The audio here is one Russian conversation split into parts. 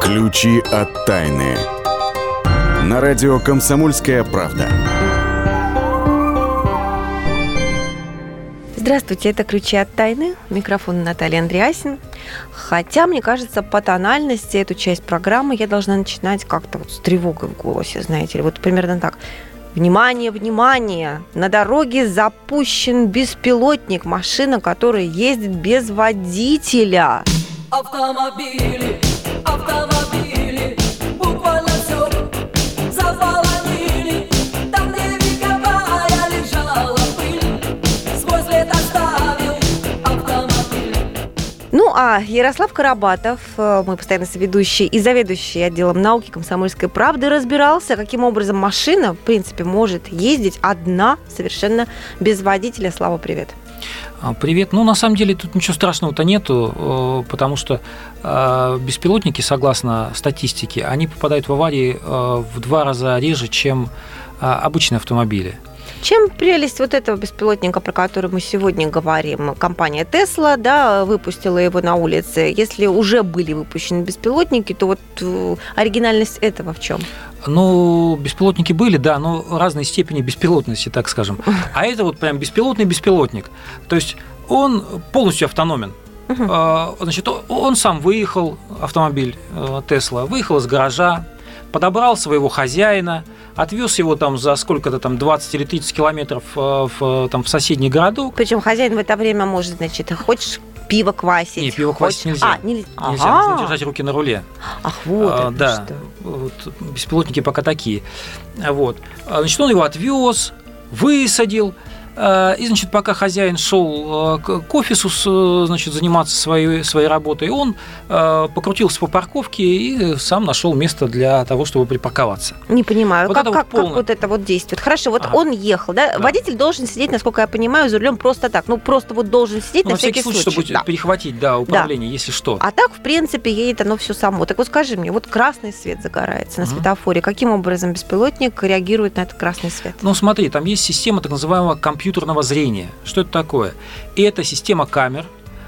Ключи от тайны. На радио «Комсомольская правда». Здравствуйте, это «Ключи от тайны». Микрофон Наталья Андреасин. Хотя, мне кажется, по тональности эту часть программы я должна начинать как-то вот с тревогой в голосе, знаете ли. Вот примерно так. Внимание, внимание! На дороге запущен беспилотник, машина, которая ездит без водителя. Автомобили, буквально все заполонили. Там, где вековая лежала пыль, свой след оставил автомобиль. Ну, а Ярослав Карабатов, мой постоянный соведущий и заведующий отделом науки «Комсомольской правды», разбирался, каким образом машина, в принципе, может ездить одна, совершенно без водителя. Слава, привет. Привет. Ну, на самом деле, тут ничего страшного-то нету, потому что беспилотники, согласно статистике, они попадают в аварии в 2 раза реже, чем обычные автомобили. Чем прелесть вот этого беспилотника, про который мы сегодня говорим? Компания Tesla, да, выпустила его на улице. Если уже были выпущены беспилотники, то вот оригинальность этого в чем? Ну, беспилотники были, да, но разной степени беспилотности, так скажем. А это вот прям беспилотный беспилотник. То есть он полностью автономен. Значит, он сам выехал, автомобиль Tesla, выехал из гаража, подобрал своего хозяина, отвез его там за сколько-то там 20 или 30 километров в соседний городок. Причем хозяин в это время может, значит, хочешь пиво квасить? Не, пиво квасить нельзя. Нельзя. Нужно держать руки на руле. Ах, вот да. что. Вот, беспилотники пока такие. Вот. Значит, он его отвез, высадил. И, значит, пока хозяин шел к офису, значит, заниматься своей работой, он покрутился по парковке и сам нашел место для того, чтобы припарковаться. Не понимаю, вот как вот это вот действует. Хорошо, вот он ехал, да? Водитель должен сидеть, насколько я понимаю, за рулем просто так. Ну, просто вот должен сидеть на всякий случай. Чтобы перехватить, управление, если что. А так, в принципе, едет оно все само. Так вот скажи мне, вот красный свет загорается на светофоре. Каким образом беспилотник реагирует на этот красный свет? Ну, смотри, там есть система так называемого компьютерного зрения. Что это такое? Это система камер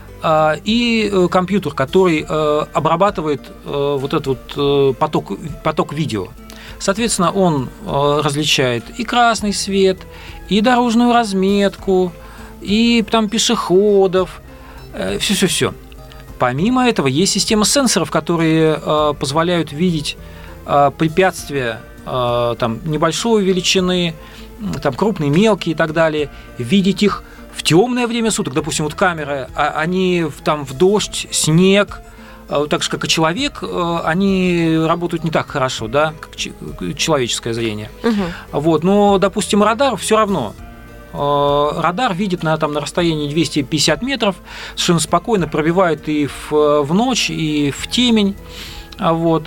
и компьютер, который обрабатывает вот этот поток видео. Соответственно, он различает и красный свет, и дорожную разметку, и там пешеходов, все. Помимо этого, есть система сенсоров, которые позволяют видеть препятствия там, небольшой величины, там, крупные, мелкие и так далее, видеть их в темное время суток, допустим, вот камеры, они там в дождь, снег, так же, как и человек, они работают не так хорошо, да, как человеческое зрение. Вот, но, допустим, радар все равно. Радар видит на расстоянии 250 метров, совершенно спокойно пробивает и в ночь, и в темень. Вот.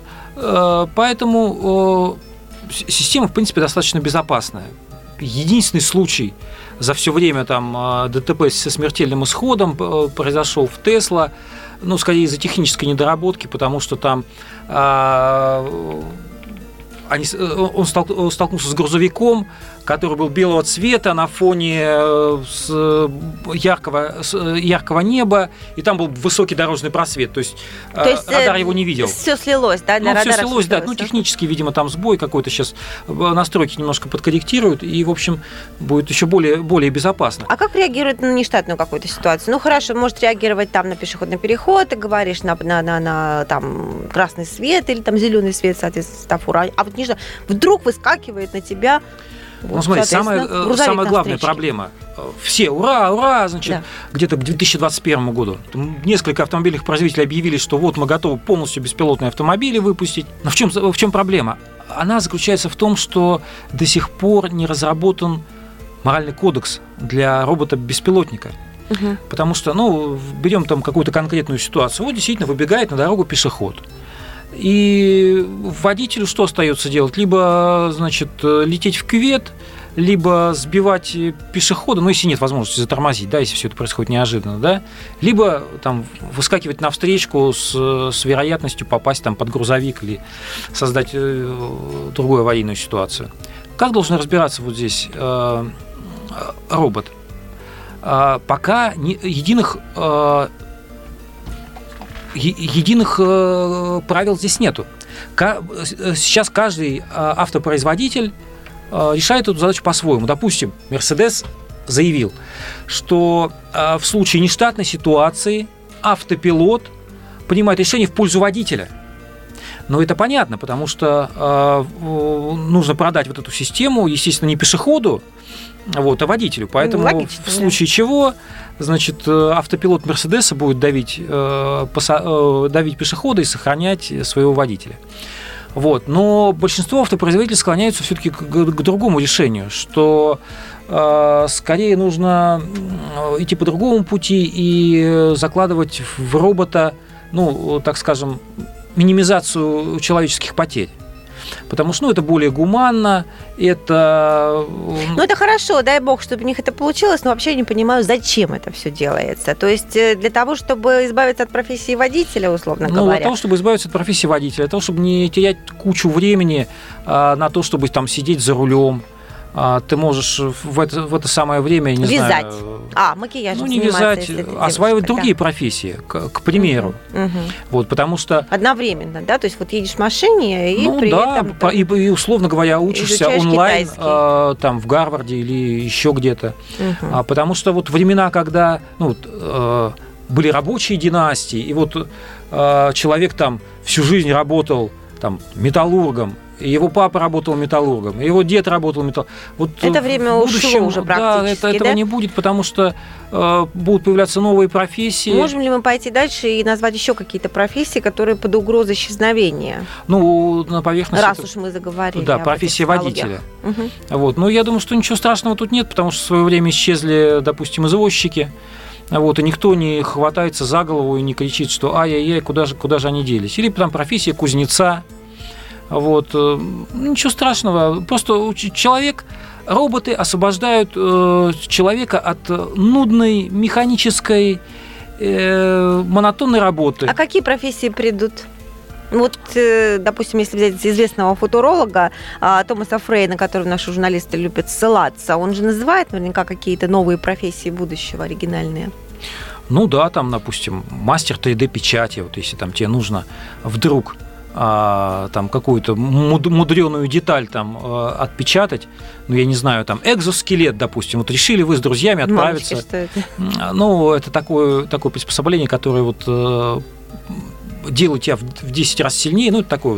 Поэтому система, в принципе, достаточно безопасная. Единственный случай за все время там ДТП со смертельным исходом произошел в Tesla, ну, скорее из-за технической недоработки, потому что там он столкнулся с грузовиком, который был белого цвета на фоне яркого неба, и там был высокий дорожный просвет. То есть радар его не видел. Все слилось, да? Для радара все слилось, да. Ну, технически, видимо, там сбой какой-то сейчас. Настройки немножко подкорректируют, и, в общем, будет еще более безопасно. А как реагирует на нештатную какую-то ситуацию? Ну, хорошо, может реагировать там на пешеходный переход, ты говоришь, на там красный свет или там зеленый свет, соответственно, светофора. А вот вдруг выскакивает на тебя. Ну, смотри, самая главная проблема. Все, ура, значит, где-то к 2021 году несколько автомобильных производителей объявили, что вот мы готовы полностью беспилотные автомобили выпустить. Но в чем проблема? Она заключается в том, что до сих пор не разработан моральный кодекс для робота-беспилотника. Потому что, берем там какую-то конкретную ситуацию. Вот действительно выбегает на дорогу пешеход. И водителю что остается делать? Либо, значит, лететь в кювет, либо сбивать пешехода, если нет возможности затормозить, да, если все это происходит неожиданно, да, либо там выскакивать навстречку с вероятностью попасть там под грузовик или создать другую аварийную ситуацию. Как должен разбираться вот здесь робот? Пока единых единых правил здесь нету. Сейчас каждый автопроизводитель решает эту задачу по-своему. Допустим, Mercedes заявил, что в случае нештатной ситуации автопилот принимает решение в пользу водителя. Но это понятно, потому что нужно продать вот эту систему, естественно, не пешеходу, а водителю. Поэтому логично, в случае чего, значит, автопилот Мерседеса будет давить пешехода и сохранять своего водителя. Но большинство автопроизводителей склоняются все-таки к другому решению, что скорее нужно идти по другому пути и закладывать в робота, так скажем, минимизацию человеческих потерь. Потому что это более гуманно, это... это хорошо, дай бог, чтобы у них это получилось, но вообще я не понимаю, зачем это все делается. То есть для того, чтобы избавиться от профессии водителя, условно говоря? Для того, чтобы избавиться от профессии водителя, для того, чтобы не терять кучу времени на то, чтобы там сидеть за рулем. Ты можешь в это самое время, вязать. Макияжем не вязать, осваивать другие профессии, к примеру. Потому что... Одновременно, да? То есть едешь в машине и при этом... И, условно говоря, учишься онлайн там в Гарварде или еще где-то. Потому что времена, когда были рабочие династии, и человек там всю жизнь работал там металлургом, его папа работал металлургом, его дед работал металлургом. Это время ушло уже практически, да? Этого не будет, потому что будут появляться новые профессии. Можем ли мы пойти дальше и назвать еще какие-то профессии, которые под угрозой исчезновения? На поверхности... Раз уж мы заговорили. Да, профессия водителя. Но я думаю, что ничего страшного тут нет, потому что в свое время исчезли, допустим, извозчики. И никто не хватается за голову и не кричит, что ай-яй-яй, куда же они делись. Или там профессия кузнеца. Ничего страшного. Просто роботы освобождают человека от нудной, механической, монотонной работы. А какие профессии придут? Допустим, если взять известного футуролога Томаса Фрейна, на которого наши журналисты любят ссылаться, он же называет наверняка какие-то новые профессии будущего, оригинальные. Там, допустим, мастер 3D-печати, если там тебе нужно вдруг там какую-то мудреную деталь там отпечатать, я не знаю, там экзоскелет, допустим, решили вы с друзьями отправиться. Мамочки, что это? Это такое приспособление, которое делает тебя в 10 раз сильнее, это такое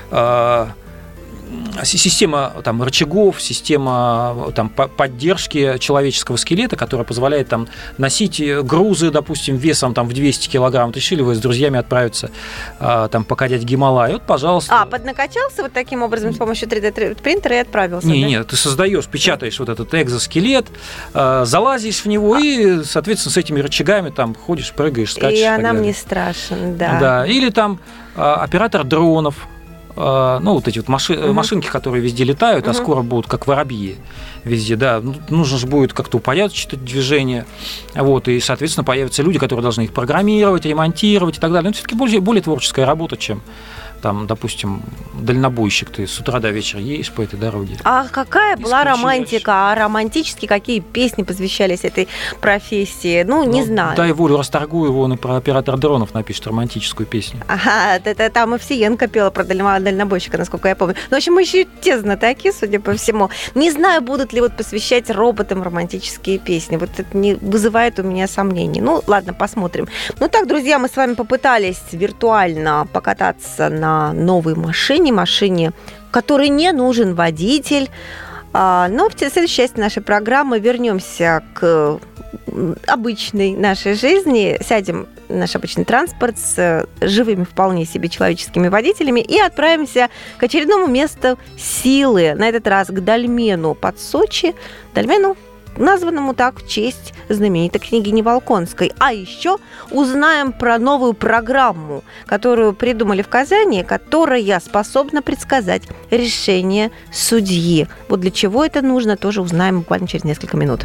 система там рычагов, система там поддержки человеческого скелета, которая позволяет там носить грузы, допустим, весом там в 200 килограмм. Решили вы с друзьями отправиться там покорять Гималай. Пожалуйста. Поднакачался таким образом с помощью 3D-принтера и отправился? Нет, ты создаешь, печатаешь этот экзоскелет, залазишь в него и, соответственно, с этими рычагами там ходишь, прыгаешь, скачешь. И нам не страшен, да. Да, или там оператор дронов. Эти машинки, которые везде летают, а скоро будут как воробьи везде, да, нужно же будет как-то упорядочить это движение, и, соответственно, появятся люди, которые должны их программировать, ремонтировать и так далее. Но это все-таки более творческая работа, чем там, допустим, дальнобойщик, ты с утра до вечера едешь по этой дороге. А какая была романтика? А романтически какие песни посвящались этой профессии? Не знаю. Дай волю, расторгую его, он и про оператор дронов напишет романтическую песню. Это там Овсиенко пела про дальнобойщика, насколько я помню. В общем, мы еще те знатоки, судя по всему. Не знаю, будут ли посвящать роботам романтические песни. Это не вызывает у меня сомнений. Ладно, посмотрим. Так, друзья, мы с вами попытались виртуально покататься на новой машине, которой не нужен водитель. Но в следующей части нашей программы вернемся к обычной нашей жизни, сядем в наш обычный транспорт с живыми вполне себе человеческими водителями и отправимся к очередному месту силы, на этот раз к Дольмену под Сочи. Дольмену, названному так в честь знаменитой княгини Волконской. А еще узнаем про новую программу, которую придумали в Казани, которая способна предсказать решение судьи. Для чего это нужно, тоже узнаем буквально через несколько минут.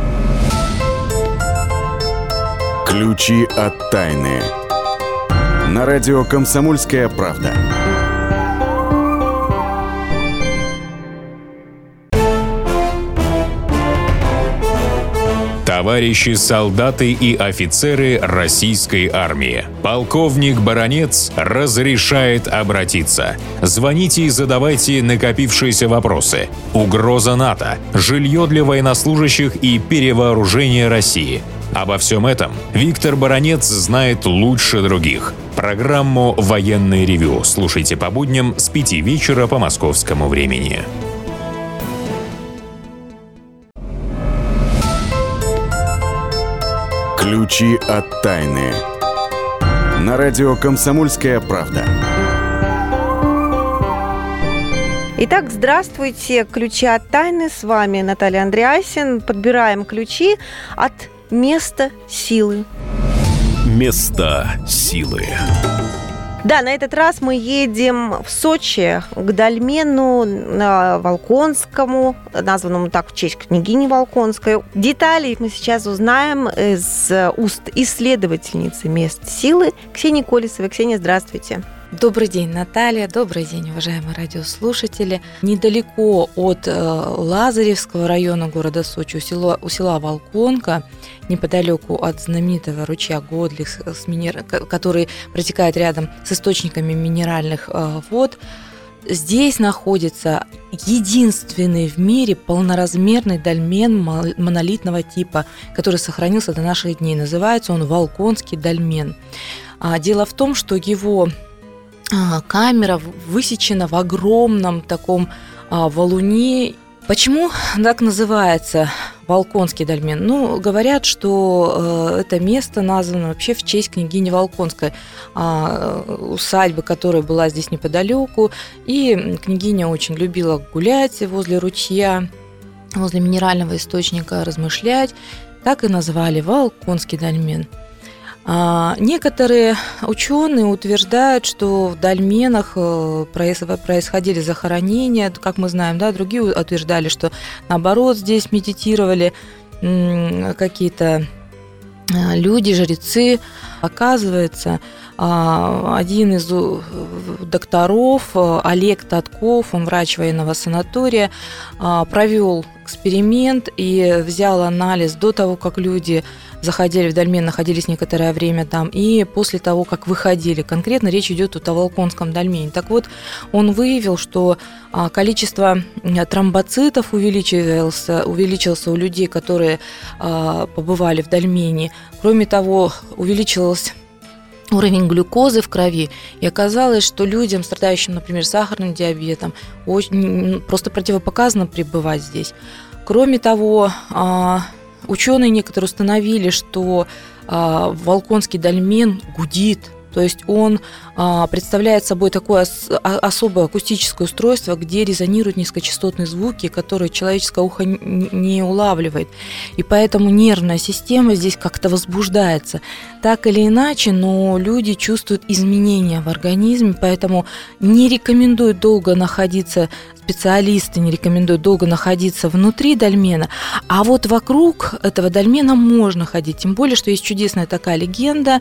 Ключи от тайны. На радио «Комсомольская правда». товарищи солдаты и офицеры российской армии. Полковник Баранец разрешает обратиться. Звоните и задавайте накопившиеся вопросы. Угроза НАТО, жилье для военнослужащих и перевооружение России. Обо всем этом Виктор Баранец знает лучше других. Программу «Военное ревю» слушайте по будням с 5 вечера по московскому времени. Ключи от тайны. На радио «Комсомольская правда». Итак, здравствуйте. Ключи от тайны. С вами Наталья Андреасин. Подбираем ключи от места силы. Места силы. Да, на этот раз мы едем в Сочи к дольмену Волконскому, названному так в честь княгини Волконской. Детали мы сейчас узнаем из уст исследовательницы мест силы Ксении Колесовой. Ксения, здравствуйте. Добрый день, Наталья. Добрый день, уважаемые радиослушатели. Недалеко от Лазаревского района города Сочи, у села Волконка, неподалеку от знаменитого ручья Годлих, который протекает рядом с источниками минеральных вод, здесь находится единственный в мире полноразмерный дольмен монолитного типа, который сохранился до наших дней. Называется он Волконский дольмен. Дело в том, что его камера высечена в огромном таком валуне. Почему так называется Волконский дольмен? Ну, говорят, что это место названо вообще в честь княгини Волконской, усадьбы, которая была здесь неподалеку. И княгиня очень любила гулять возле ручья, возле минерального источника, размышлять. Так и назвали Волконский дольмен. Некоторые ученые утверждают, что в дольменах происходили захоронения, как мы знаем, да, другие утверждали, что наоборот здесь медитировали какие-то люди, жрецы. Оказывается, один из докторов, Олег Татков, он врач военного санатория, провел эксперимент и взял анализ до того, как люди заходили в дольмен, находились некоторое время там, и после того, как выходили. Конкретно речь идет о Волконском дольмене. Так вот, он выявил, что количество тромбоцитов увеличилось у людей, которые побывали в дольмене. Кроме того, увеличился уровень глюкозы в крови, и оказалось, что людям, страдающим, например, сахарным диабетом, очень просто противопоказано пребывать здесь. Кроме того, ученые некоторые установили, что Волконский дольмен гудит, то есть он представляет собой такое особое акустическое устройство, где резонируют низкочастотные звуки, которые человеческое ухо не улавливает. И поэтому нервная система здесь как-то возбуждается. Так или иначе, но люди чувствуют изменения в организме, поэтому не рекомендуют долго находиться, специалисты не рекомендуют долго находиться внутри дольмена, а вот вокруг этого дольмена можно ходить. Тем более, что есть чудесная такая легенда,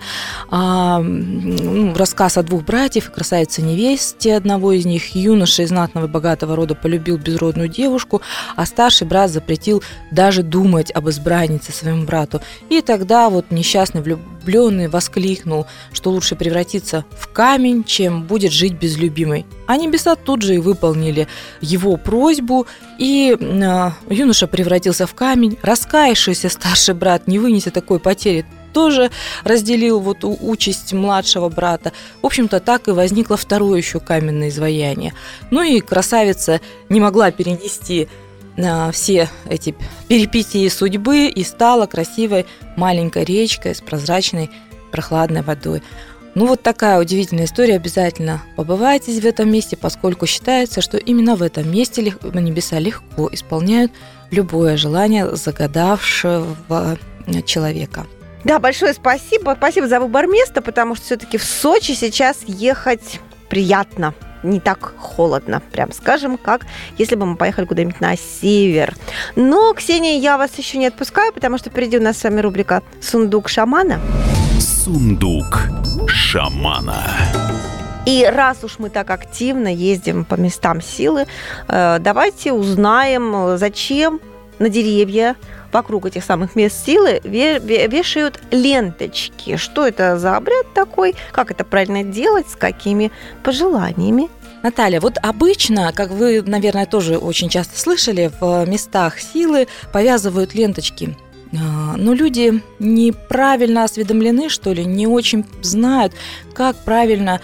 рассказ о двух братьев и красавице-невесте одного из них. Юноша из знатного богатого рода полюбил безродную девушку, а старший брат запретил даже думать об избраннице своему брату. И тогда вот несчастный влюбленный воскликнул, что лучше превратиться в камень, чем будет жить без любимой. А небеса тут же и выполнили его просьбу, и юноша превратился в камень. Раскаявшийся старший брат, не вынеся такой потери, тоже разделил вот участь младшего брата. В общем-то, так и возникло второе еще каменное изваяние. Ну и красавица не могла перенести все эти перипетии судьбы и стала красивой маленькой речкой с прозрачной прохладной водой. Ну вот такая удивительная история. Обязательно побывайте в этом месте, поскольку считается, что именно в этом месте небеса легко исполняют любое желание загадавшего человека. Да, большое спасибо. Спасибо за выбор места, потому что все-таки в Сочи сейчас ехать приятно. Не так холодно, прям скажем, как если бы мы поехали куда-нибудь на север. Но, Ксения, я вас еще не отпускаю, потому что впереди у нас с вами рубрика «Сундук шамана». Сундук шамана. И раз уж мы так активно ездим по местам силы, давайте узнаем, зачем на деревья вокруг этих самых мест силы вешают ленточки. Что это за обряд такой? Как это правильно делать? С какими пожеланиями? Наталья, вот обычно, как вы, наверное, тоже очень часто слышали, в местах силы повязывают ленточки. Но люди неправильно осведомлены, что ли, не очень знают, как правильно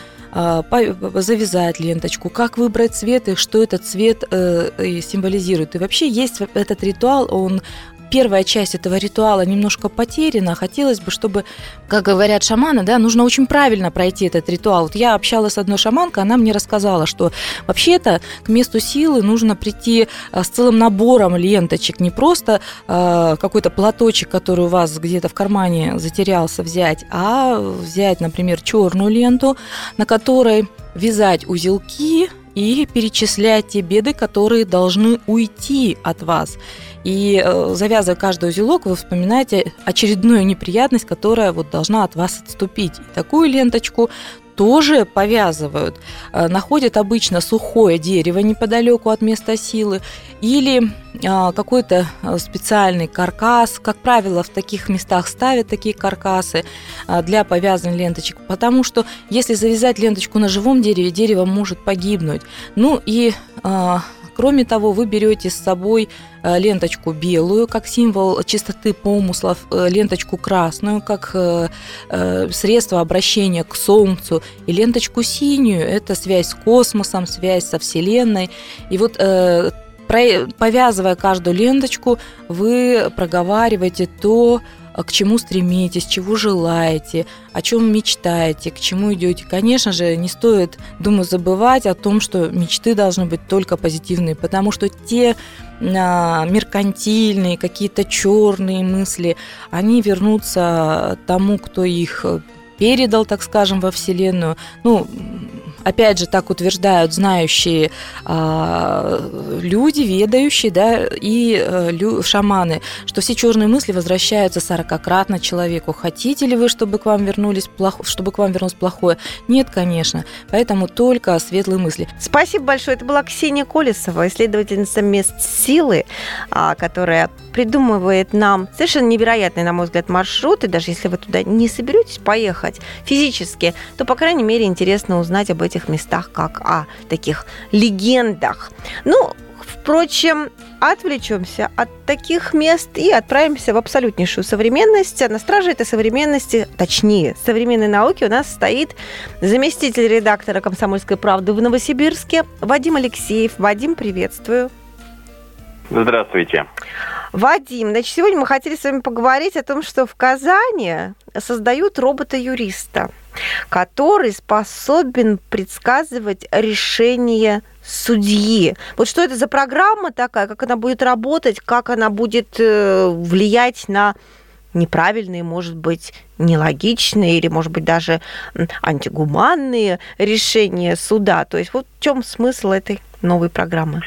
завязать ленточку, как выбрать цвет и что этот цвет символизирует. И вообще есть этот ритуал, первая часть этого ритуала немножко потеряна. Хотелось бы, чтобы, как говорят шаманы, да, нужно очень правильно пройти этот ритуал. Вот я общалась с одной шаманкой, она мне рассказала, что вообще-то к месту силы нужно прийти с целым набором ленточек, не просто какой-то платочек, который у вас где-то в кармане затерялся, взять, а взять, например, черную ленту, на которой вязать узелки и перечислять те беды, которые должны уйти от вас. И завязывая каждый узелок, вы вспоминаете очередную неприятность, которая вот должна от вас отступить. И такую ленточку тоже повязывают. Находят обычно сухое дерево неподалеку от места силы или какой-то специальный каркас. Как правило, в таких местах ставят такие каркасы для повязывания ленточек, потому что если завязать ленточку на живом дереве, дерево может погибнуть. Ну и кроме того, вы берете с собой ленточку белую, как символ чистоты помыслов, ленточку красную, как средство обращения к Солнцу, и ленточку синюю – это связь с космосом, связь со Вселенной. И вот повязывая каждую ленточку, вы проговариваете то, к чему стремитесь, чего желаете, о чем мечтаете, к чему идете. Конечно же, не стоит, думаю, забывать о том, что мечты должны быть только позитивные, потому что те меркантильные, какие-то черные мысли, они вернутся тому, кто их передал, так скажем, во Вселенную. Ну, опять же, так утверждают знающие люди, ведающие, да, и шаманы, что все черные мысли возвращаются 40-кратно человеку. Хотите ли вы, чтобы к вам вернулось плохое? Нет, конечно. Поэтому только светлые мысли. Спасибо большое. Это была Ксения Колесова, исследовательница мест силы, которая придумывает нам совершенно невероятные, на мой взгляд, маршруты. Даже если вы туда не соберетесь поехать физически, то, по крайней мере, интересно узнать об этих местах как о таких легендах. Ну, впрочем, отвлечемся от таких мест и отправимся в абсолютнейшую современность. На страже этой современности, точнее, современной науки у нас стоит заместитель редактора «Комсомольской правды» в Новосибирске Вадим Алексеев. Вадим, приветствую. Здравствуйте. Вадим, значит, сегодня мы хотели с вами поговорить о том, что в Казани создают робота-юриста, который способен предсказывать решение судьи. Вот что это за программа такая, как она будет работать, как она будет влиять на неправильные, может быть, нелогичные или, может быть, даже антигуманные решения суда. То есть вот в чем смысл этой новой программы?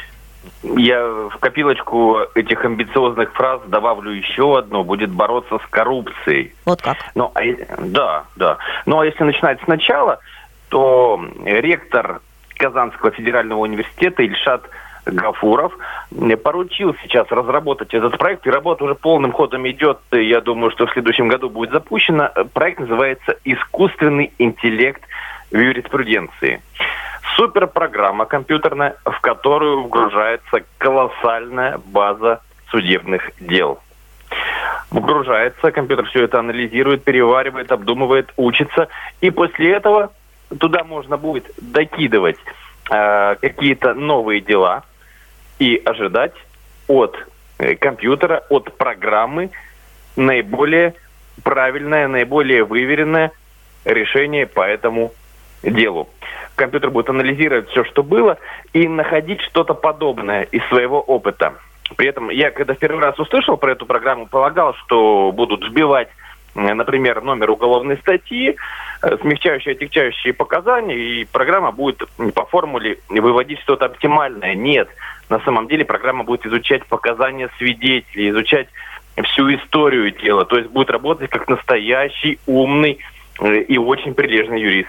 Я в копилочку этих амбициозных фраз добавлю еще одну. Будет бороться с коррупцией. Вот как? Да. Ну, а если начинать сначала, то ректор Казанского федерального университета Ильшат Гафуров поручил сейчас разработать этот проект, и работа уже полным ходом идет. Я думаю, что в следующем году будет запущена. Проект называется «Искусственный интеллект в юриспруденции». Суперпрограмма компьютерная, в которую вгружается колоссальная база судебных дел. Вгружается, компьютер все это анализирует, переваривает, обдумывает, учится. И после этого туда можно будет докидывать какие-то новые дела и ожидать от компьютера, от программы наиболее правильное, наиболее выверенное решение по этому делу. Компьютер будет анализировать все, что было, и находить что-то подобное из своего опыта. При этом я, когда в первый раз услышал про эту программу, полагал, что будут вбивать, например, номер уголовной статьи, смягчающие, отягчающие показания, и программа будет по формуле выводить что-то оптимальное. Нет. На самом деле программа будет изучать показания свидетелей, изучать всю историю дела. То есть будет работать как настоящий, умный и очень прилежный юрист.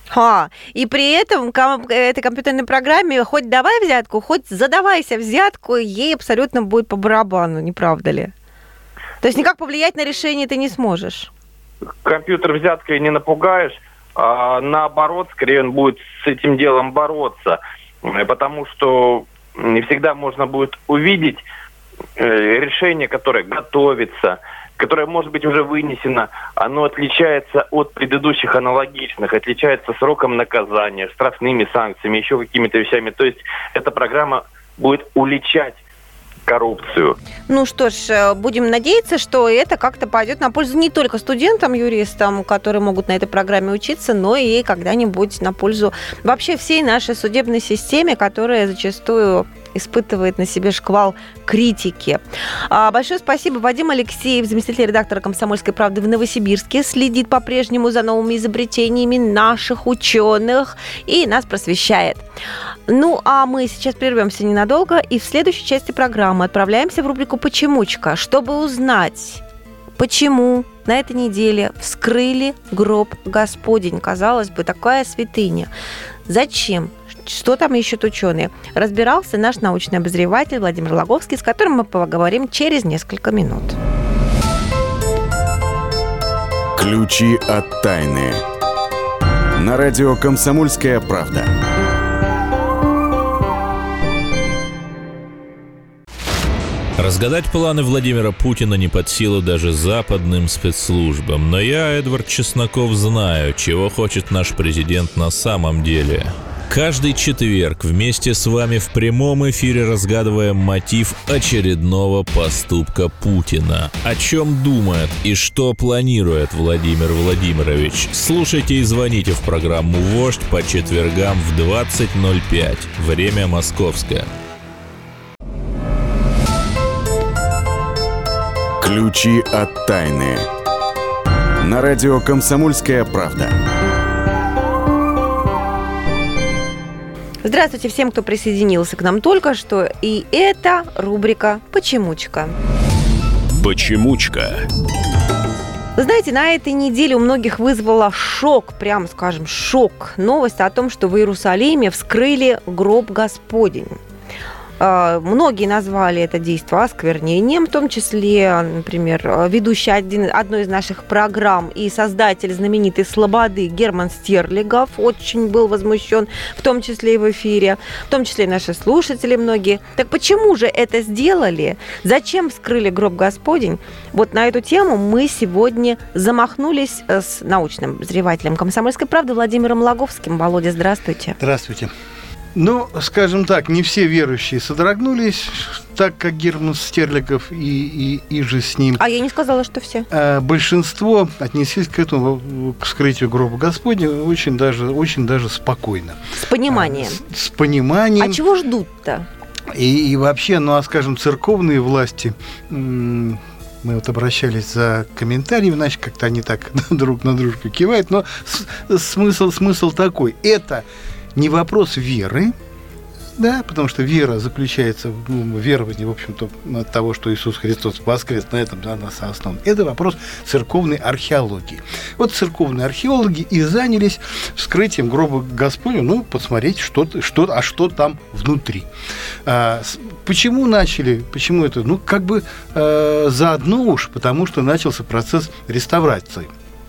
И при этом этой компьютерной программе хоть давай взятку, хоть задавайся взятку, ей абсолютно будет по барабану, не правда ли? То есть никак повлиять на решение ты не сможешь? Компьютер взяткой не напугаешь, а наоборот, скорее он будет с этим делом бороться, потому что не всегда можно будет увидеть решение, которое готовится, которое, может быть, уже вынесено, оно отличается от предыдущих аналогичных, отличается сроком наказания, штрафными санкциями, еще какими-то вещами. То есть эта программа будет уличать коррупцию. Ну что ж, будем надеяться, что это как-то пойдет на пользу не только студентам, юристам, которые могут на этой программе учиться, но и когда-нибудь на пользу вообще всей нашей судебной системе, которая зачастую испытывает на себе шквал критики. Большое спасибо. Вадим Алексеев, заместитель редактора «Комсомольской правды» в Новосибирске, следит по-прежнему за новыми изобретениями наших ученых и нас просвещает. Ну, а мы сейчас прервемся ненадолго и в следующей части программы отправляемся в рубрику «Почемучка», чтобы узнать, почему на этой неделе вскрыли гроб Господень. Казалось бы, такая святыня. Зачем? Что там ищут ученые? Разбирался наш научный обозреватель Владимир Логовский, с которым мы поговорим через несколько минут. Ключи от тайны. На радио «Комсомольская правда». Разгадать планы Владимира Путина не под силу даже западным спецслужбам. Но я, Эдвард Чесноков, знаю, чего хочет наш президент на самом деле. Каждый четверг вместе с вами в прямом эфире разгадываем мотив очередного поступка Путина. О чем думает и что планирует Владимир Владимирович? Слушайте и звоните в программу «Вождь» по четвергам в 20:05. Время московское. Ключи от тайны. На радио «Комсомольская правда». Здравствуйте всем, кто присоединился к нам только что. И это рубрика «Почемучка». Почемучка. Вы знаете, на этой неделе у многих вызвала шок, прямо скажем, шок. Новость о том, что в Иерусалиме вскрыли гроб Господень. Многие назвали это действо осквернением, в том числе, например, ведущий одной из наших программ и создатель знаменитой «Слободы» Герман Стерлигов очень был возмущен, в том числе и в эфире, в том числе и наши слушатели многие. Так почему же это сделали? Зачем вскрыли гроб Господень? Вот на эту тему мы сегодня замахнулись с научным обозревателем «Комсомольской правды» Владимиром Логовским. Володя, здравствуйте. Здравствуйте. Ну, скажем так, не все верующие содрогнулись, так как Герман Стерлигов и же с ним. А я не сказала, что все. Большинство отнеслись к этому, к вскрытию гроба Господня очень даже спокойно. С пониманием. С пониманием. А чего ждут-то? И вообще, ну, а скажем, церковные власти... Мы вот обращались за комментариями, значит, как-то они так друг на дружку кивают, но смысл такой. Это не вопрос веры, да, потому что вера заключается в веровании, в общем-то, от того, что Иисус Христос воскрес, на этом для нас основан. Это вопрос церковной археологии. Вот церковные археологи и занялись вскрытием гроба Господня, ну, посмотреть, что там внутри. Почему начали? Почему это? Ну, как бы заодно уж, потому что начался процесс реставрации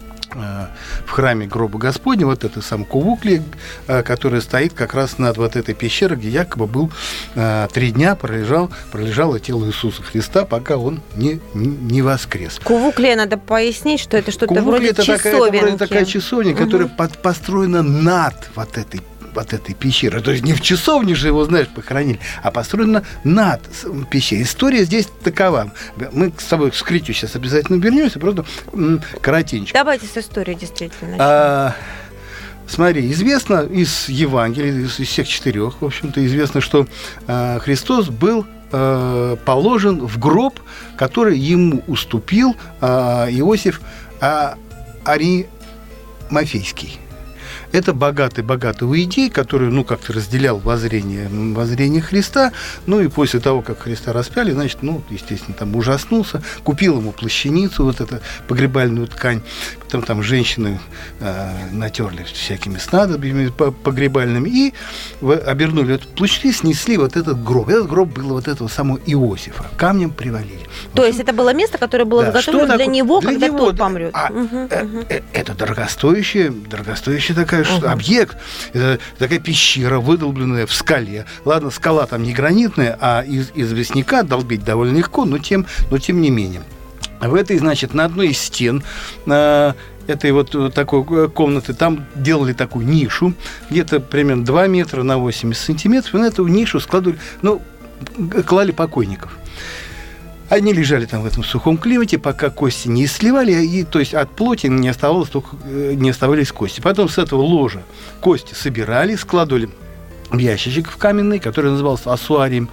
в храме гроба Господня, вот это сам кувуклий, который стоит как раз над вот этой пещерой, где якобы был 3 дня пролежало тело Иисуса Христа, пока он не воскрес. Кувуклия, надо пояснить, что это что-то вроде часовенки. Это вроде такая часовня, которая построена над вот этой пещерой. То есть не в часовне же его, знаешь, похоронили, а построена над пещерой. История здесь такова. Мы с тобой к вскрытию сейчас обязательно вернемся, просто коротенько. Давайте с истории действительно. Смотри, известно из Евангелия, из всех 4, в общем-то, известно, что Христос был положен в гроб, который ему уступил Иосиф Аримафейский. Это богатый иудей, который, ну, как-то разделял воззрение Христа. Ну, и после того, как Христа распяли, значит, ну, естественно, там ужаснулся, купил ему плащаницу, вот эту погребальную ткань. там женщины натерли всякими снадобьями погребальными и обернули эту площадь, снесли вот этот гроб. Этот гроб был вот этого самого Иосифа. Камнем привалили. То есть это было место, которое было заготовлено для него, когда тот помрет. Это дорогостоящий такой объект. Это такая пещера, выдолбленная в скале. Ладно, скала там не гранитная, а из известняка долбить довольно легко, но тем не менее. В этой, значит, на одной из стен этой вот такой комнаты там делали такую нишу, где-то примерно 2 метра на 80 сантиметров, и на эту нишу складывали, клали покойников. Они лежали там в этом сухом климате, пока кости не сливали, и, то есть от плоти не оставались кости. Потом с этого ложа кости собирали, складывали в ящичек в каменный, который назывался ассуарием,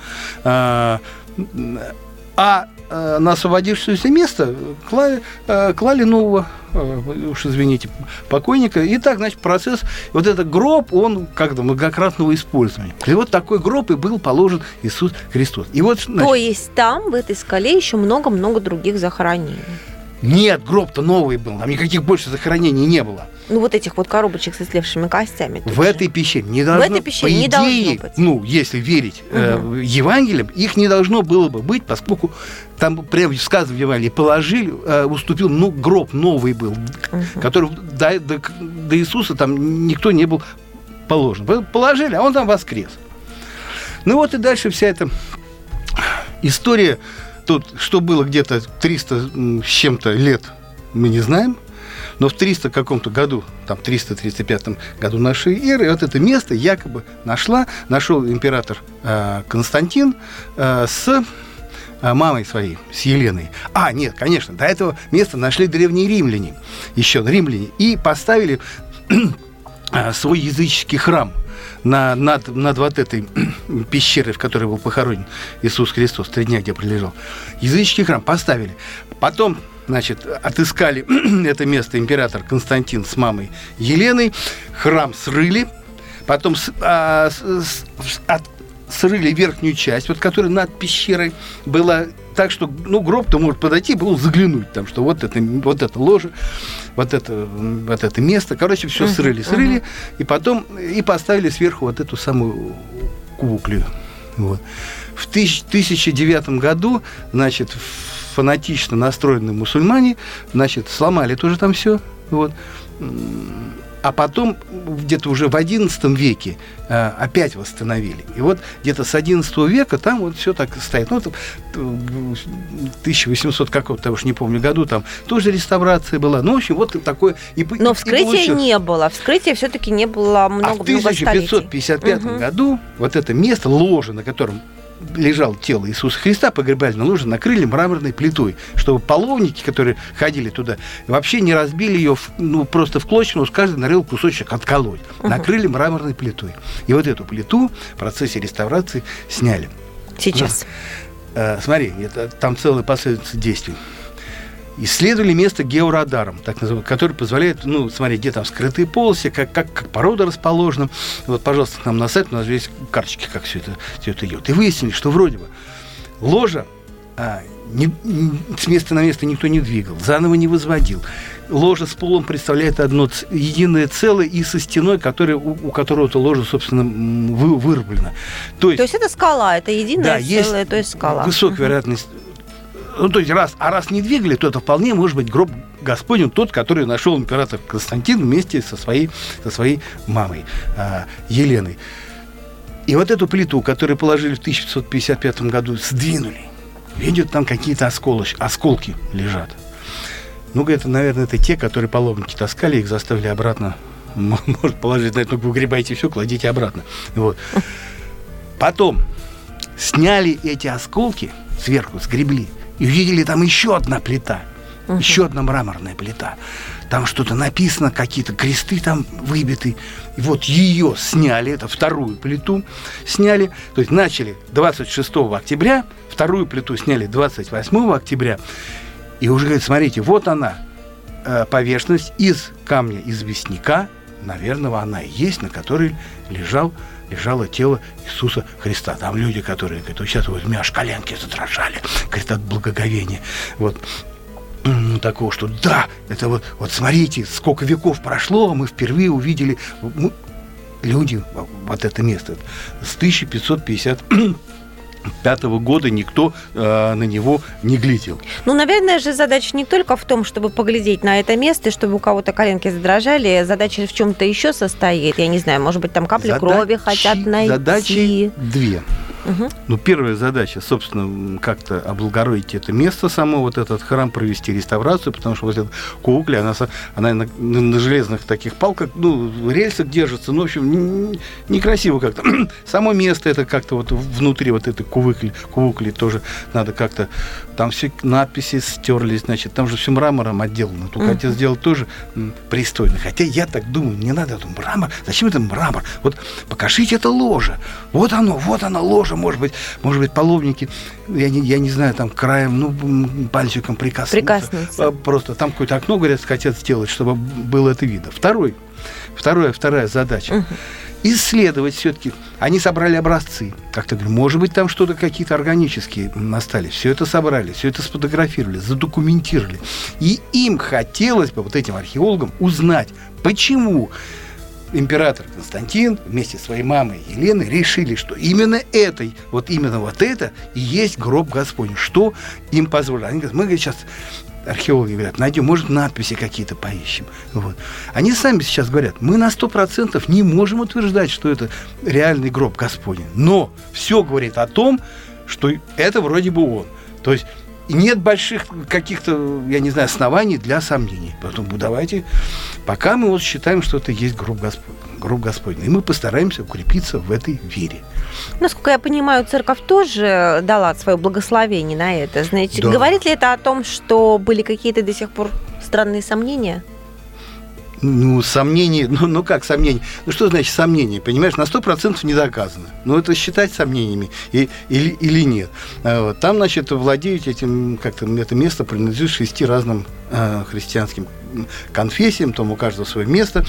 на освободившееся место клали нового, уж извините, покойника. И так, значит, процесс, вот этот гроб, он как-то многократного использования. И вот такой гроб и был положен Иисус Христос. И вот, значит, то есть там, в этой скале, еще много-много других захоронений? Нет, гроб-то новый был, там никаких больше захоронений не было. Вот этих вот коробочек с истлевшими костями. В этой пещере не должно, по идее, если верить Евангелиям, их не должно было бы быть, поскольку там прямо сказано в Евангелии, положили, уступил, гроб новый был, который до Иисуса там никто не был положен. Положили, а он там воскрес. И дальше вся эта история. Тут, что было где-то 300 с чем-то лет, мы не знаем, но в 300 каком-то году, там 335 году нашей эры, вот это место якобы нашел император Константин с мамой своей, с Еленой. Нет, конечно, до этого места нашли древние римляне, и поставили свой языческий храм над вот этой пещерой, в которой был похоронен Иисус Христос, 3 дня, где пролежал. Языческий храм поставили. Потом, значит, отыскали это место император Константин с мамой Еленой. Храм срыли. Потом срыли верхнюю часть, которая над пещерой была, так что, гроб-то может подойти, было заглянуть там, что вот это ложе, вот это место. Короче, все срыли, и потом поставили сверху вот эту самую куклю. Вот. В 1009 году, значит, фанатично настроенные мусульмане, значит, сломали тоже там все. Вот. А потом, где-то уже в XI веке опять восстановили. И вот где-то с XI века там вот все так стоит. В 1800 какого-то, уж не помню, году там тоже реставрация была. В общем, вот такое. Но вскрытия не было. Вскрытия все-таки не было много столетий. А в 1555 году вот это место, ложе, на котором лежало тело Иисуса Христа, погребальное ложе, накрыли мраморной плитой, чтобы половники, которые ходили туда, вообще не разбили ее просто в клочья, каждый нарыл кусочек отколоть. Накрыли мраморной плитой. И вот эту плиту в процессе реставрации сняли. Сейчас. Смотри, там целая последовательность действий. Исследовали место георадаром, так называемым, который позволяет, смотреть, где там скрытые полосы, как порода расположена. Вот, пожалуйста, к нам на сайт, у нас же есть карточки, как все это идет. И выяснили, что вроде бы ложа с места на место никто не двигал, заново не возводил. Ложа с полом представляет одно единое целое и со стеной, у которого эта ложа, собственно, вырублена. То есть это скала, это единое целое, то есть скала. Высокая вероятность. То есть раз не двигали, то это вполне может быть гроб Господень, тот, который нашел император Константин вместе со своей мамой Еленой. И вот эту плиту, которую положили в 1555 году, сдвинули. Видят, там какие-то осколки лежат. Это, наверное, это те, которые половники таскали, их заставили обратно, может, положить, вы выгребаете все, кладите обратно. Вот. Потом сняли эти осколки сверху, сгребли, и увидели там еще одна плита, еще одна мраморная плита. Там что-то написано, какие-то кресты там выбиты. И вот ее сняли, это вторую плиту сняли. То есть начали 26 октября, вторую плиту сняли 28 октября. И уже говорят, смотрите, вот она, поверхность из камня известняка, наверное, она и есть, на которой лежало тело Иисуса Христа. Там люди, которые говорят, сейчас у меня аж коленки задрожали, говорят, от благоговения. Вот. такого, что да, это вот смотрите, сколько веков прошло, а мы впервые увидели люди вот это место. С 1555 года никто на него не глядел. Ну, наверное же, задача не только в том, чтобы поглядеть на это место, чтобы у кого-то коленки задрожали. Задача в чем-то еще состоит. Я не знаю, может быть, там капли крови хотят найти. Задачи две. Угу. Ну, первая задача, собственно, как-то облагородить это место само, вот этот храм, провести реставрацию, потому что вот эта кукля, она на железных таких палках, рельсах держится, в общем, некрасиво как-то. Само место это как-то вот внутри вот этой кукли тоже надо как-то, там все надписи стерлись, значит, там же все мрамором отделано, только хотел сделать тоже пристойно. Хотя я так думаю, не надо это мрамор, зачем это мрамор? Вот покажите это ложе, вот оно ложе, может быть, половники, я не знаю, там краем, пальчиком прикоснуться. Просто там какое-то окно, говорят, хотят сделать, чтобы было это видно. Вторая задача. Исследовать все-таки. Они собрали образцы. Как-то говорю, может быть, там что-то какие-то органические остались. Все это собрали, все это сфотографировали, задокументировали. И им хотелось бы, вот этим археологам, узнать, почему император Константин вместе со своей мамой Еленой решили, что именно это и есть гроб Господень. Что им позволило? Они говорят, мы сейчас, археологи говорят, найдем, может, надписи какие-то поищем. Вот. Они сами сейчас говорят, мы на 100% не можем утверждать, что это реальный гроб Господень. Но все говорит о том, что это вроде бы он. То есть нет больших каких-то, я не знаю, оснований для сомнений. Поэтому давайте, пока мы вот считаем, что это есть гроб Господень. И мы постараемся укрепиться в этой вере. Насколько я понимаю, церковь тоже дала свое благословение на это. Знаете, да. Говорит ли это о том, что были какие-то до сих пор странные сомнения? Сомнения, как сомнения? Что значит сомнения? Понимаешь, на 100% не доказано. Это считать сомнениями или нет. Вот. Там, значит, владеют этим, как-то это место принадлежит 6 разным христианским конфессиям, там у каждого свое место.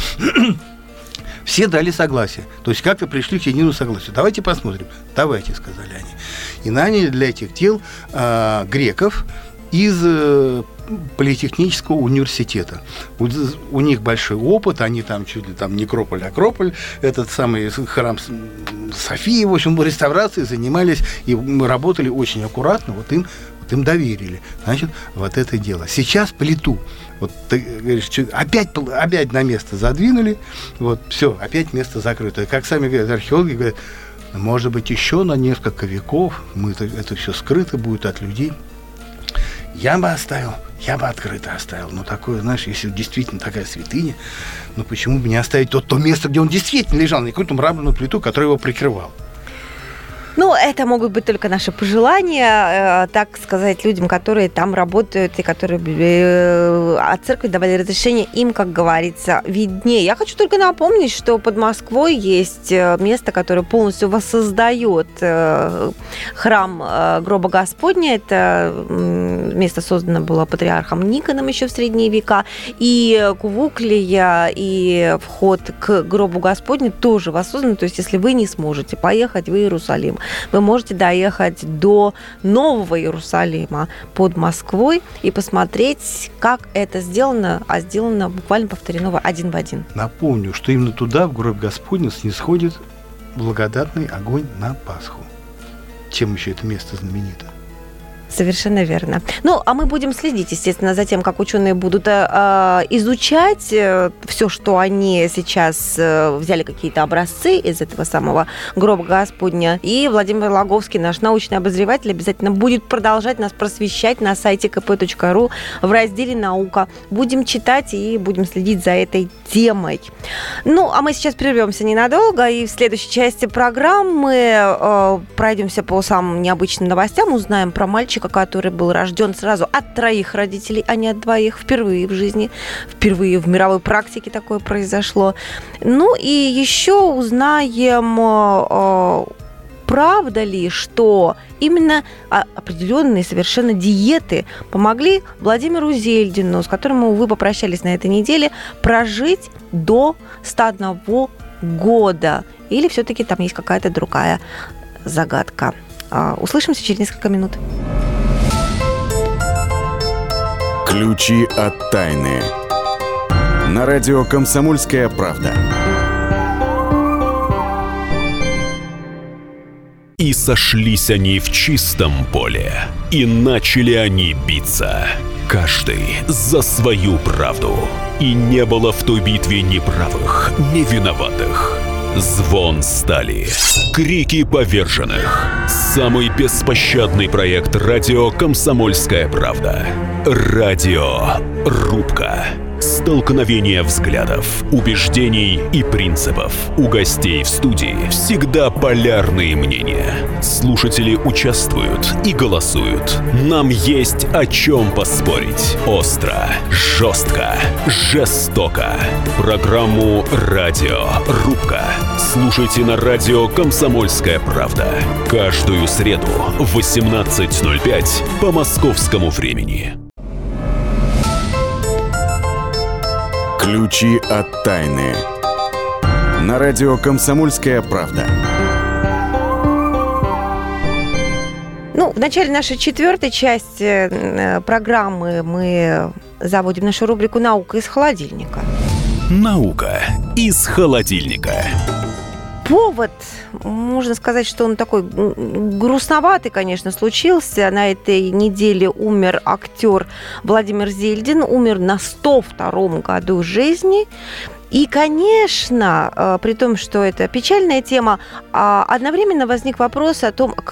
Все дали согласие. То есть как-то пришли к единому согласию. Давайте посмотрим. Давайте, сказали они. И наняли для этих дел греков из Политехнического университета. У них большой опыт, они там чуть ли там некрополь, акрополь, этот самый храм Софии, в общем, реставрацией занимались и работали очень аккуратно, вот им доверили. Значит, вот это дело. Сейчас плиту, вот ты говоришь, опять на место задвинули, вот все, опять место закрыто. Как сами говорят, археологи говорят, может быть, еще на несколько веков это все скрыто будет от людей. Я бы открыто оставил. Такое, знаешь, если действительно такая святыня, почему бы не оставить то место, где он действительно лежал, не какую-то мраморную плиту, которая его прикрывала. Это могут быть только наши пожелания, так сказать, людям, которые там работают и которые от церкви давали разрешение, им, как говорится, виднее. Я хочу только напомнить, что под Москвой есть место, которое полностью воссоздает храм гроба Господня. Это место создано было патриархом Никоном еще в средние века. И кувуклия, и вход к гробу Господню тоже воссозданы. То есть, если вы не сможете поехать в Иерусалим, вы можете доехать до Нового Иерусалима под Москвой и посмотреть, как это сделано, а сделано буквально повторено один в один. Напомню, что именно туда, в гроб Господень, снисходит благодатный огонь на Пасху. Чем еще это место знаменито? Совершенно верно. А мы будем следить, естественно, за тем, как ученые будут изучать все, что они сейчас взяли какие-то образцы из этого самого гроба Господня. И Владимир Логовский, наш научный обозреватель, обязательно будет продолжать нас просвещать на сайте kp.ru в разделе «Наука». Будем читать и будем следить за этой темой. А мы сейчас прервемся ненадолго, и в следующей части программы пройдемся по самым необычным новостям, узнаем про мальчика, который был рожден сразу от 3 родителей, а не от 2, впервые в жизни, впервые в мировой практике такое произошло. И еще узнаем, правда ли, что именно определенные совершенно диеты помогли Владимиру Зельдину, с которым мы, увы, попрощались на этой неделе, прожить до 101 года. Или все-таки там есть какая-то другая загадка. Услышимся через несколько минут. Ключи от тайны. На радио «Комсомольская правда». И сошлись они в чистом поле, и начали они биться, каждый за свою правду. И не было в той битве ни правых, ни виноватых. Звон стали, крики поверженных. Самый беспощадный проект радио «Комсомольская правда». Радиорубка. Столкновение взглядов, убеждений и принципов. У гостей в студии всегда полярные мнения. Слушатели участвуют и голосуют. Нам есть о чем поспорить. Остро, жестко, жестоко. Программу «Радиорубка» слушайте на радио «Комсомольская правда». Каждую среду в 18:05 по московскому времени. Ключи от тайны. На радио «Комсомольская правда». В начале нашей 4-й части программы мы заводим нашу рубрику «Наука из холодильника». Наука из холодильника. Повод, можно сказать, что он такой грустноватый, конечно, случился. На этой неделе умер актер Владимир Зельдин, умер на 102-м году жизни. И, конечно, при том, что это печальная тема, одновременно возник вопрос о том,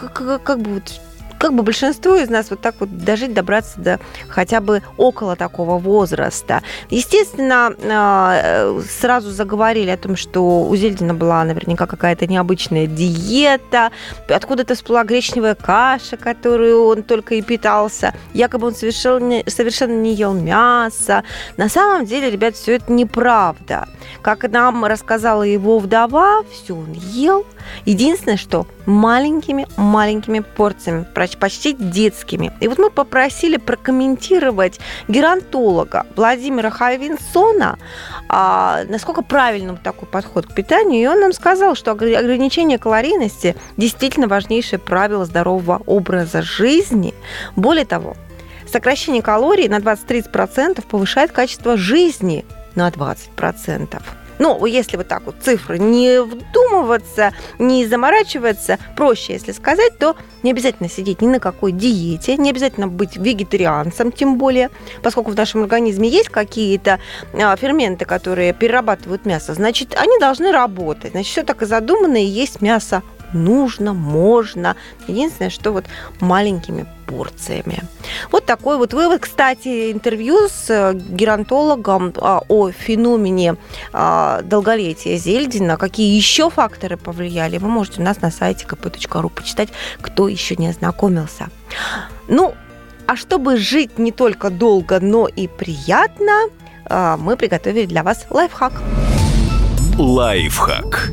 как бы большинство из нас вот так вот дожить, добраться до хотя бы около такого возраста. Естественно, сразу заговорили о том, что у Зельдина была наверняка какая-то необычная диета, откуда-то всплыла гречневая каша, которую он только и питался, якобы он совершенно не ел мясо. На самом деле, ребят, все это неправда. Как нам рассказала его вдова, все он ел. Единственное, что маленькими порциями, почти детскими. И вот мы попросили прокомментировать геронтолога Владимира Хавинсона, насколько правильным такой подход к питанию. И он нам сказал, что ограничение калорийности действительно важнейшее правило здорового образа жизни. Более того, сокращение калорий на 20-30% повышает качество жизни на 20%. Если вот так вот цифры не вдумываться, не заморачиваться, проще, если сказать, то не обязательно сидеть ни на какой диете, не обязательно быть вегетарианцем, тем более, поскольку в нашем организме есть какие-то ферменты, которые перерабатывают мясо, значит, они должны работать. Значит, все так и задумано, и есть мясо нужно, можно. Единственное, что вот маленькими порциями. Вот такой вот вывод. Кстати, интервью с геронтологом о феномене долголетия Зельдина, какие еще факторы повлияли, вы можете у нас на сайте kp.ru почитать, кто еще не ознакомился. А чтобы жить не только долго, но и приятно, мы приготовили для вас лайфхак. Лайфхак.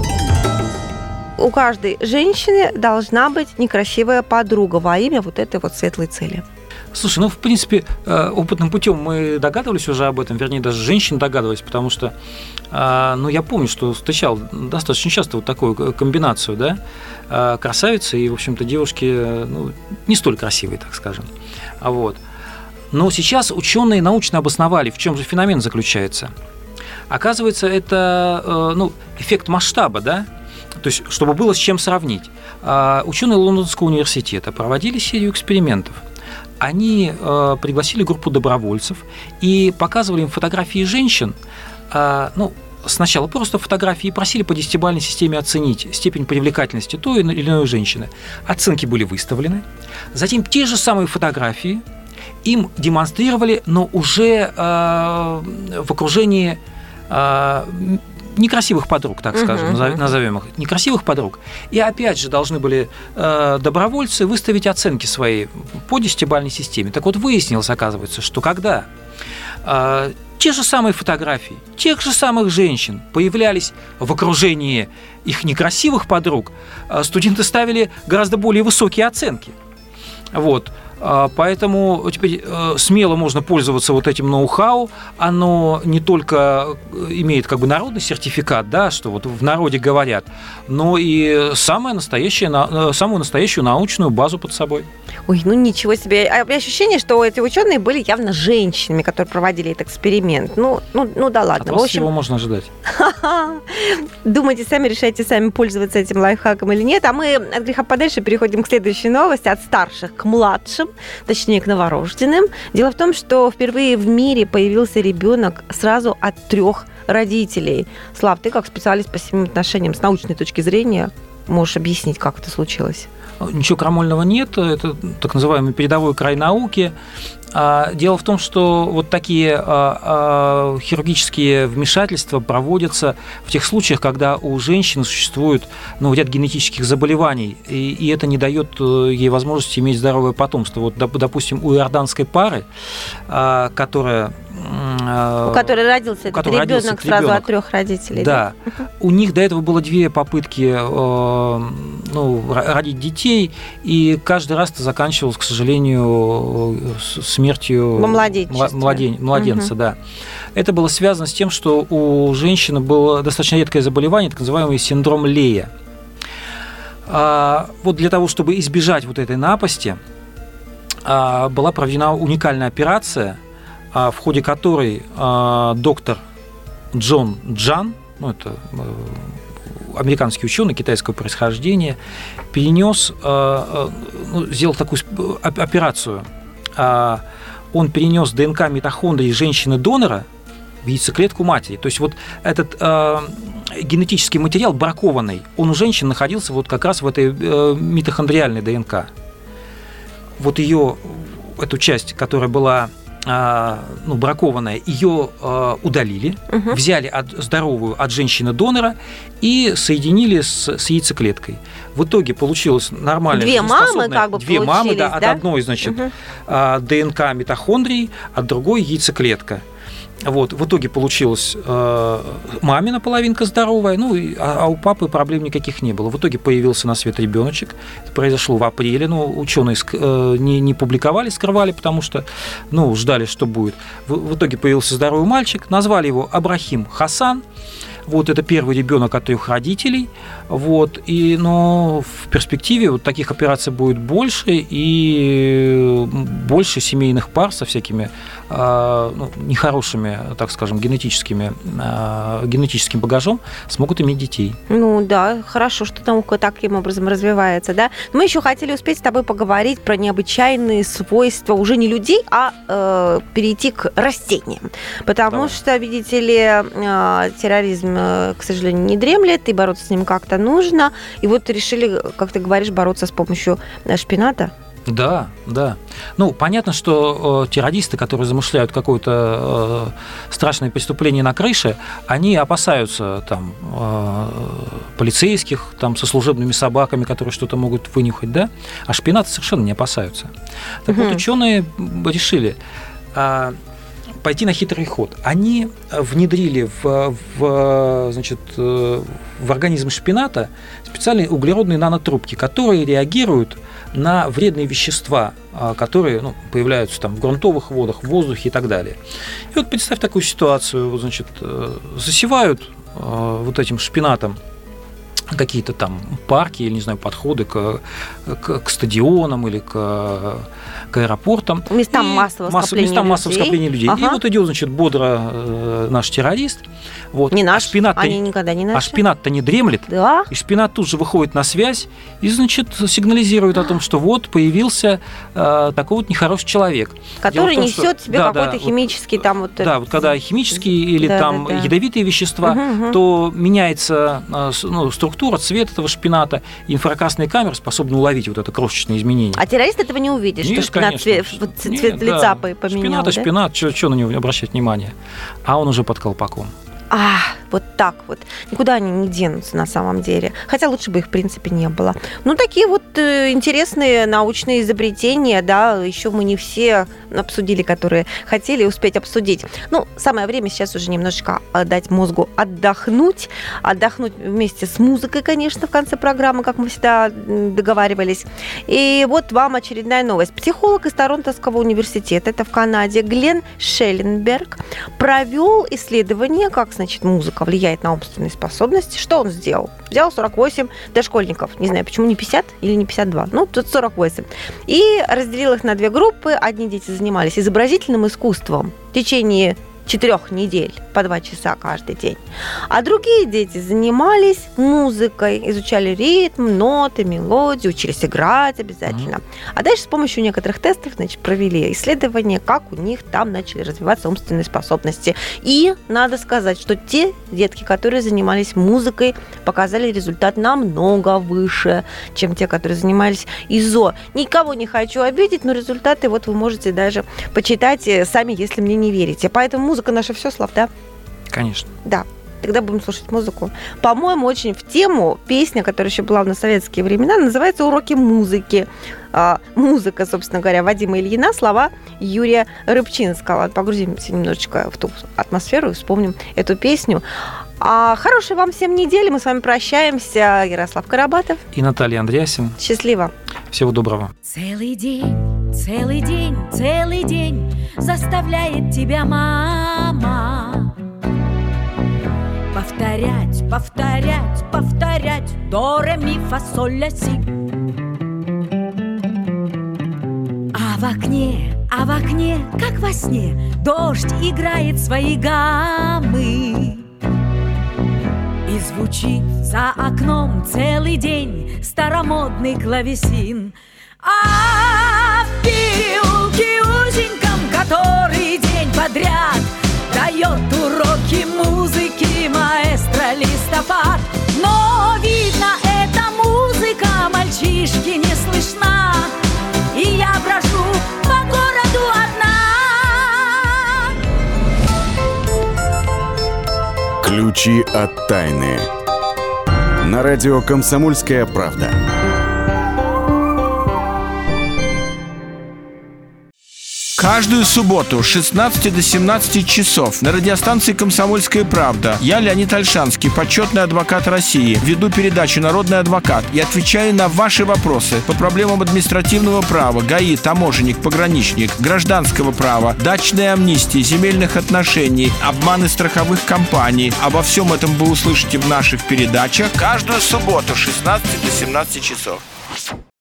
У каждой женщины должна быть некрасивая подруга во имя вот этой вот светлой цели. Слушай, в принципе, опытным путем мы догадывались уже об этом, вернее, даже женщины догадывались, потому что, я помню, что встречал достаточно часто вот такую комбинацию, да, красавицы и, в общем-то, девушки, не столь красивые, так скажем. Но сейчас ученые научно обосновали, в чем же феномен заключается. Оказывается, это, эффект масштаба, да. То есть, чтобы было с чем сравнить. Ученые Лондонского университета проводили серию экспериментов. Они пригласили группу добровольцев и показывали им фотографии женщин. Сначала просто фотографии, и просили по 10-бальной системе оценить степень привлекательности той или иной женщины. Оценки были выставлены. Затем те же самые фотографии им демонстрировали, но уже в окружении некрасивых подруг, так скажем, назовем их, некрасивых подруг. И опять же должны были добровольцы выставить оценки свои по 10-бальной системе. Так вот, выяснилось, оказывается, что когда те же самые фотографии тех же самых женщин появлялись в окружении их некрасивых подруг, студенты ставили гораздо более высокие оценки. Поэтому теперь смело можно пользоваться вот этим ноу-хау. Оно не только имеет как бы народный сертификат, да, что вот в народе говорят, но и самую настоящую научную базу под собой. Ой, ну ничего себе. А у меня ощущение, что эти ученые были явно женщинами, которые проводили этот эксперимент. Ну да ладно. От вас всего можно ожидать. Думайте сами, решайте сами, пользоваться этим лайфхаком или нет. А мы от греха подальше переходим к следующей новости. От старших к младшим, точнее к новорожденным. Дело в том, что впервые в мире появился ребенок сразу от 3 родителей. Слав, ты как специалист по семейным отношениям с научной точки зрения можешь объяснить, как это случилось? Ничего крамольного нет, это так называемый передовой край науки. Дело в том, что вот такие хирургические вмешательства проводятся в тех случаях, когда у женщины существует ряд генетических заболеваний, и это не дает ей возможности иметь здоровое потомство. Вот, допустим, у иорданской пары, у которой родился этот ребенок сразу от 3 родителей. Да. У них до этого было 2 попытки родить детей, и каждый раз это заканчивалось, к сожалению, смертью младенца. Да. Это было связано с тем, что у женщины было достаточно редкое заболевание, так называемый синдром Лея. Вот для того, чтобы избежать вот этой напасти, была проведена уникальная операция, в ходе которой доктор Джон Джан, это американский ученый китайского происхождения, сделал такую операцию. Он перенес ДНК митохондрии женщины-донора в яйцеклетку матери. То есть вот этот генетический материал бракованный, он у женщин находился вот как раз в этой митохондриальной ДНК. Вот эту часть, которая была бракованная, ее удалили, взяли здоровую от женщины-донора и соединили с яйцеклеткой. В итоге получилось нормально. 2 мамы как бы получились, 2 мамы, да? От одной, значит, ДНК митохондрий, от другой яйцеклетка. Вот, в итоге получилась мамина половинка здоровая, а у папы проблем никаких не было. В итоге появился на свет ребеночек. Это произошло в апреле. Ученые не публиковали, скрывали, потому что ждали, что будет. В итоге появился здоровый мальчик. Назвали его Абрахим Хасан. Вот это первый ребенок от 3 родителей. Вот, но в перспективе вот таких операций будет больше, и больше семейных пар со всякими нехорошими, так скажем, генетическим багажом смогут иметь детей. Да, хорошо, что наука таким образом развивается, да. Мы еще хотели успеть с тобой поговорить про необычайные свойства уже не людей, а перейти к растениям. Потому что, видите ли, терроризм, к сожалению, не дремлет, и бороться с ним как-то нужно. И вот решили, как ты говоришь, бороться с помощью шпината. Да. Понятно, что террористы, которые замышляют какое-то страшное преступление на крыше, они опасаются полицейских со служебными собаками, которые что-то могут вынюхать, да? А шпината совершенно не опасаются. Так вот, ученые решили пойти на хитрый ход. Они внедрили в организм шпината специальные углеродные нанотрубки, которые реагируют на вредные вещества, которые появляются в грунтовых водах, в воздухе и так далее. И вот представь такую ситуацию, засевают вот этим шпинатом какие-то парки или, не знаю, подходы к стадионам или к аэропортам. Местам массового скопления людей. Ага. И вот идет, бодро наш террорист. Вот. Не наш, они никогда не наши. А шпинат-то не дремлет. Да. И шпинат тут же выходит на связь и, сигнализирует о том, что вот появился такой вот нехороший человек. Который несет в себе какой-то химический вот когда химические или ядовитые вещества, то меняется структура, цвет этого шпината, и инфракрасные камеры способны уловить вот это крошечное изменение. А террорист этого не увидит, что шпинат цвет лица поменял. Шпинат, что на него обращать внимание? А он уже под колпаком. вот так вот. Никуда они не денутся на самом деле. Хотя лучше бы их, в принципе, не было. Ну, такие вот интересные научные изобретения, да, еще мы не все обсудили, которые хотели успеть обсудить. Ну, самое время сейчас уже немножечко дать мозгу отдохнуть вместе с музыкой, конечно, в конце программы, как мы всегда договаривались. И вот вам очередная новость. Психолог из Торонтовского университета, это в Канаде, Глен Шелленберг, провел исследование, как, значит, музыка влияет на умственные способности. Что он сделал? Взял 48 дошкольников, не знаю, почему не 50 или не 52, ну, тут 48, и разделил их на две группы. Одни дети занимались изобразительным искусством в течение 4 недель, по 2 часа каждый день. А другие дети занимались музыкой, изучали ритм, ноты, мелодии, учились играть обязательно. А дальше с помощью некоторых тестов, значит, провели исследование, как у них там начали развиваться умственные способности. И надо сказать, что те детки, которые занимались музыкой, показали результат намного выше, чем те, которые занимались ИЗО. Никого не хочу обидеть, но результаты вот вы можете даже почитать сами, если мне не верите. Поэтому музыка наша все, Слав, да? Конечно. Да. Тогда будем слушать музыку. По-моему, очень в тему песня, которая еще была в советские времена, называется «Уроки музыки». Музыка, собственно говоря, Вадима Ильина, слова Юрия Рыбчинского. Погрузимся немножечко в ту атмосферу и вспомним эту песню. Хорошей вам всем недели. Мы с вами прощаемся. Ярослав Карабатов И Наталья Андреасин. Счастливо. Всего доброго. Целый день, целый день, целый день заставляет тебя мама повторять, повторять, повторять до, ре, ми, фа, соль, ля, си. А в окне, как во сне, дождь играет свои гаммы. И звучит за окном целый день старомодный клавесин. А в переулке узеньком, который день подряд дает уроки музыки маэстро Листопад. Но, видно, эта музыка мальчишки не слышна, и я брожу по городу одна. Ключи от тайны. На радио «Комсомольская правда». Каждую субботу с 16 до 17 часов на радиостанции «Комсомольская правда» я, Леонид Ольшанский, почетный адвокат России, веду передачу «Народный адвокат» и отвечаю на ваши вопросы по проблемам административного права, ГАИ, таможенник, пограничник, гражданского права, дачной амнистии, земельных отношений, обманы страховых компаний. Обо всем этом вы услышите в наших передачах каждую субботу с 16 до 17 часов.